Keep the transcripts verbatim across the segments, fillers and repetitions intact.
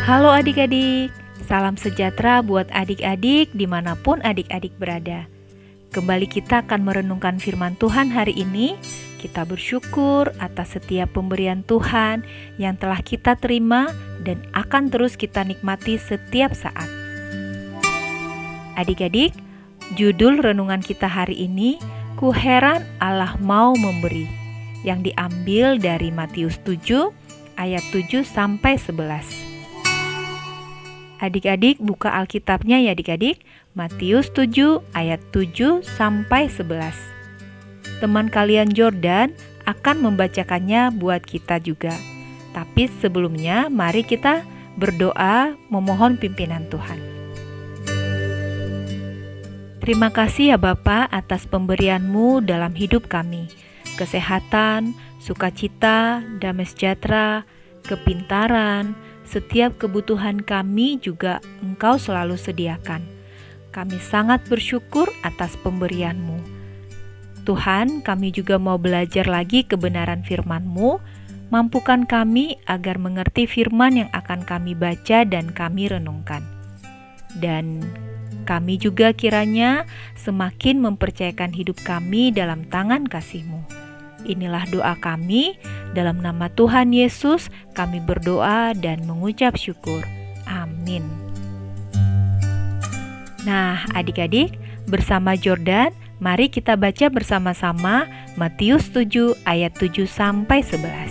Halo adik-adik, salam sejahtera buat adik-adik dimanapun adik-adik berada. Kembali kita akan merenungkan firman Tuhan hari ini. Kita bersyukur atas setiap pemberian Tuhan yang telah kita terima dan akan terus kita nikmati setiap saat. Adik-adik, judul renungan kita hari ini, Ku heran Allah mau memberi, yang diambil dari Matius tujuh ayat tujuh sampai sebelas. Adik-adik buka Alkitabnya ya adik-adik, Matius tujuh ayat tujuh sampai sebelas. Teman kalian Jordan akan membacakannya buat kita juga. Tapi sebelumnya mari kita berdoa memohon pimpinan Tuhan. Terima kasih ya Bapa atas pemberian-Mu dalam hidup kami. Kesehatan, sukacita, damai sejahtera, kepintaran, setiap kebutuhan kami juga Engkau selalu sediakan. Kami sangat bersyukur atas pemberian-Mu. Tuhan, kami juga mau belajar lagi kebenaran firman-Mu. Mampukan kami agar mengerti firman yang akan kami baca dan kami renungkan. Dan kami juga kiranya semakin mempercayakan hidup kami dalam tangan kasih-Mu. Inilah doa kami, dalam nama Tuhan Yesus kami berdoa dan mengucap syukur. Amin. Nah, adik-adik, bersama Jordan, mari kita baca bersama-sama Matius tujuh ayat tujuh sampai sebelas.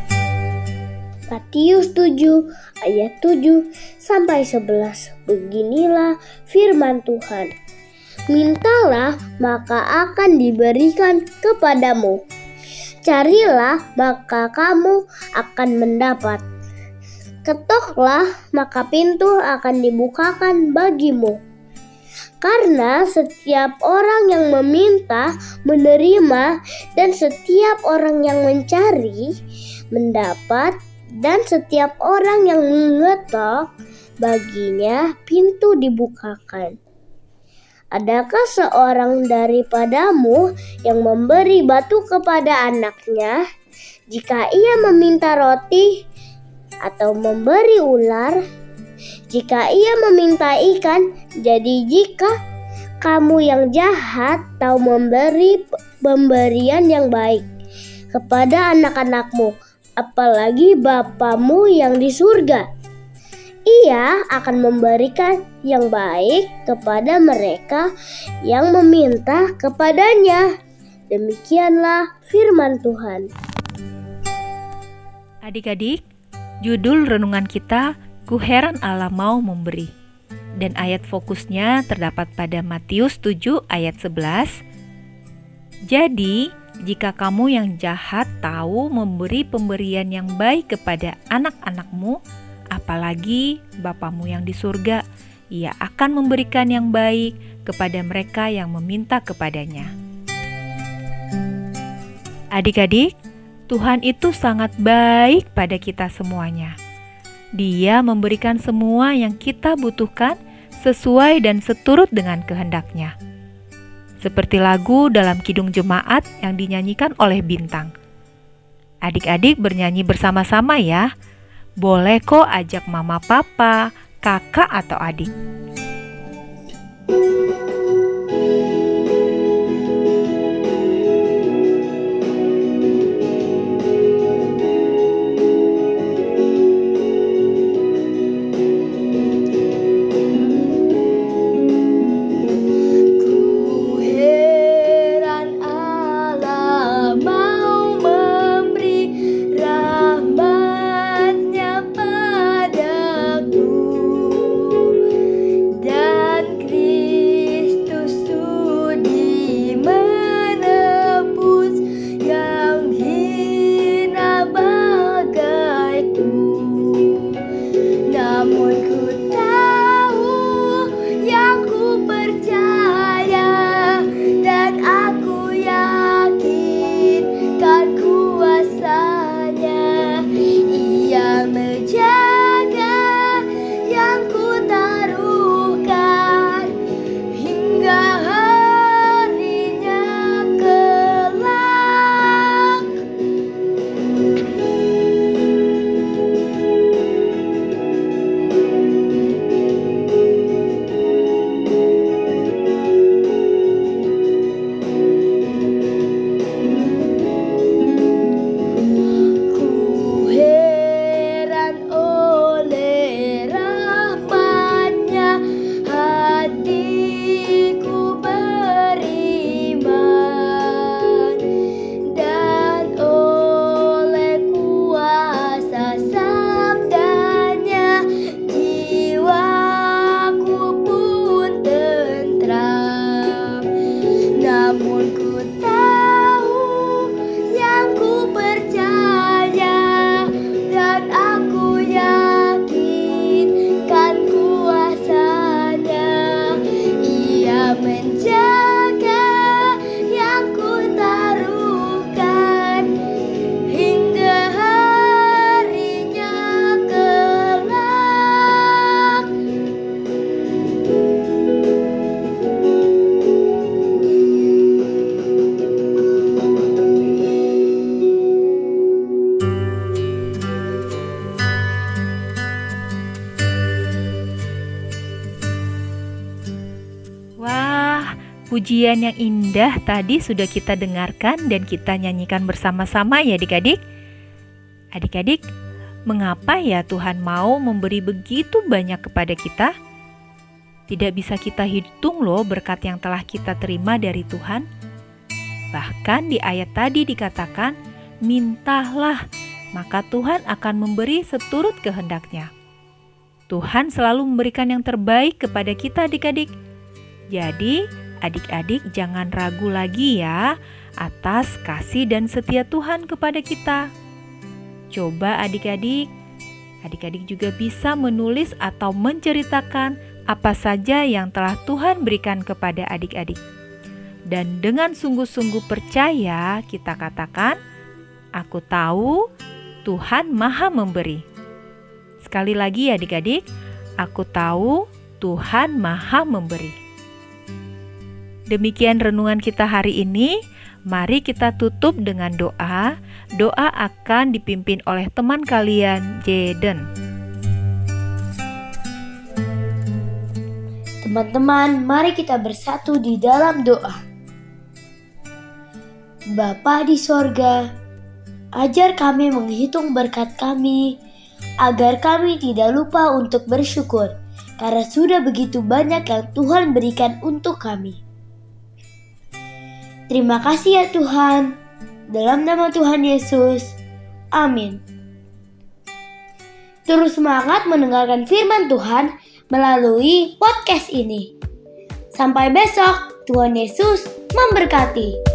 Matius tujuh ayat tujuh sampai sebelas. Beginilah firman Tuhan. Mintalah maka akan diberikan kepadamu. Carilah maka kamu akan mendapat. Ketoklah maka pintu akan dibukakan bagimu. Karena setiap orang yang meminta menerima, dan setiap orang yang mencari mendapat, dan setiap orang yang mengetok baginya pintu dibukakan. Adakah seorang daripadamu yang memberi batu kepada anaknya jika ia meminta roti, atau memberi ular jika ia meminta ikan? Jadi jika kamu yang jahat tahu memberi pemberian yang baik kepada anak-anakmu, apalagi Bapamu yang di surga, Ia akan memberikan yang baik kepada mereka yang meminta kepadanya. Demikianlah firman Tuhan. Adik-adik, judul renungan kita, Ku heran Allah mau memberi. Dan ayat fokusnya terdapat pada Matius tujuh ayat sebelas. Jadi, jika kamu yang jahat tahu memberi pemberian yang baik kepada anak-anakmu, apalagi Bapamu yang di surga, Ia akan memberikan yang baik kepada mereka yang meminta kepadanya. Adik-adik, Tuhan itu sangat baik pada kita semuanya. Dia memberikan semua yang kita butuhkan sesuai dan seturut dengan kehendak-Nya. Seperti lagu dalam Kidung Jemaat yang dinyanyikan oleh Bintang. Adik-adik bernyanyi bersama-sama ya. Boleh kok ajak mama papa, kakak atau adik. Dan pujian yang indah tadi sudah kita dengarkan dan kita nyanyikan bersama-sama ya adik-adik. Adik-adik, mengapa ya Tuhan mau memberi begitu banyak kepada kita? Tidak bisa kita hitung loh berkat yang telah kita terima dari Tuhan. Bahkan di ayat tadi dikatakan, mintalah, maka Tuhan akan memberi seturut kehendaknya. Tuhan selalu memberikan yang terbaik kepada kita adik-adik. Jadi, adik-adik jangan ragu lagi ya atas kasih dan setia Tuhan kepada kita. Coba adik-adik, adik-adik juga bisa menulis atau menceritakan apa saja yang telah Tuhan berikan kepada adik-adik. Dan dengan sungguh-sungguh percaya kita katakan, aku tahu Tuhan Maha Memberi. Sekali lagi adik-adik, aku tahu Tuhan Maha Memberi. Demikian renungan kita hari ini. Mari kita tutup dengan doa. Doa akan dipimpin oleh teman kalian, Jaden. Teman-teman, mari kita bersatu di dalam doa. Bapa di sorga, ajar kami menghitung berkat kami, agar kami tidak lupa untuk bersyukur, karena sudah begitu banyak yang Tuhan berikan untuk kami. Terima kasih ya Tuhan, dalam nama Tuhan Yesus, amin. Terus semangat mendengarkan firman Tuhan melalui podcast ini. Sampai besok, Tuhan Yesus memberkati.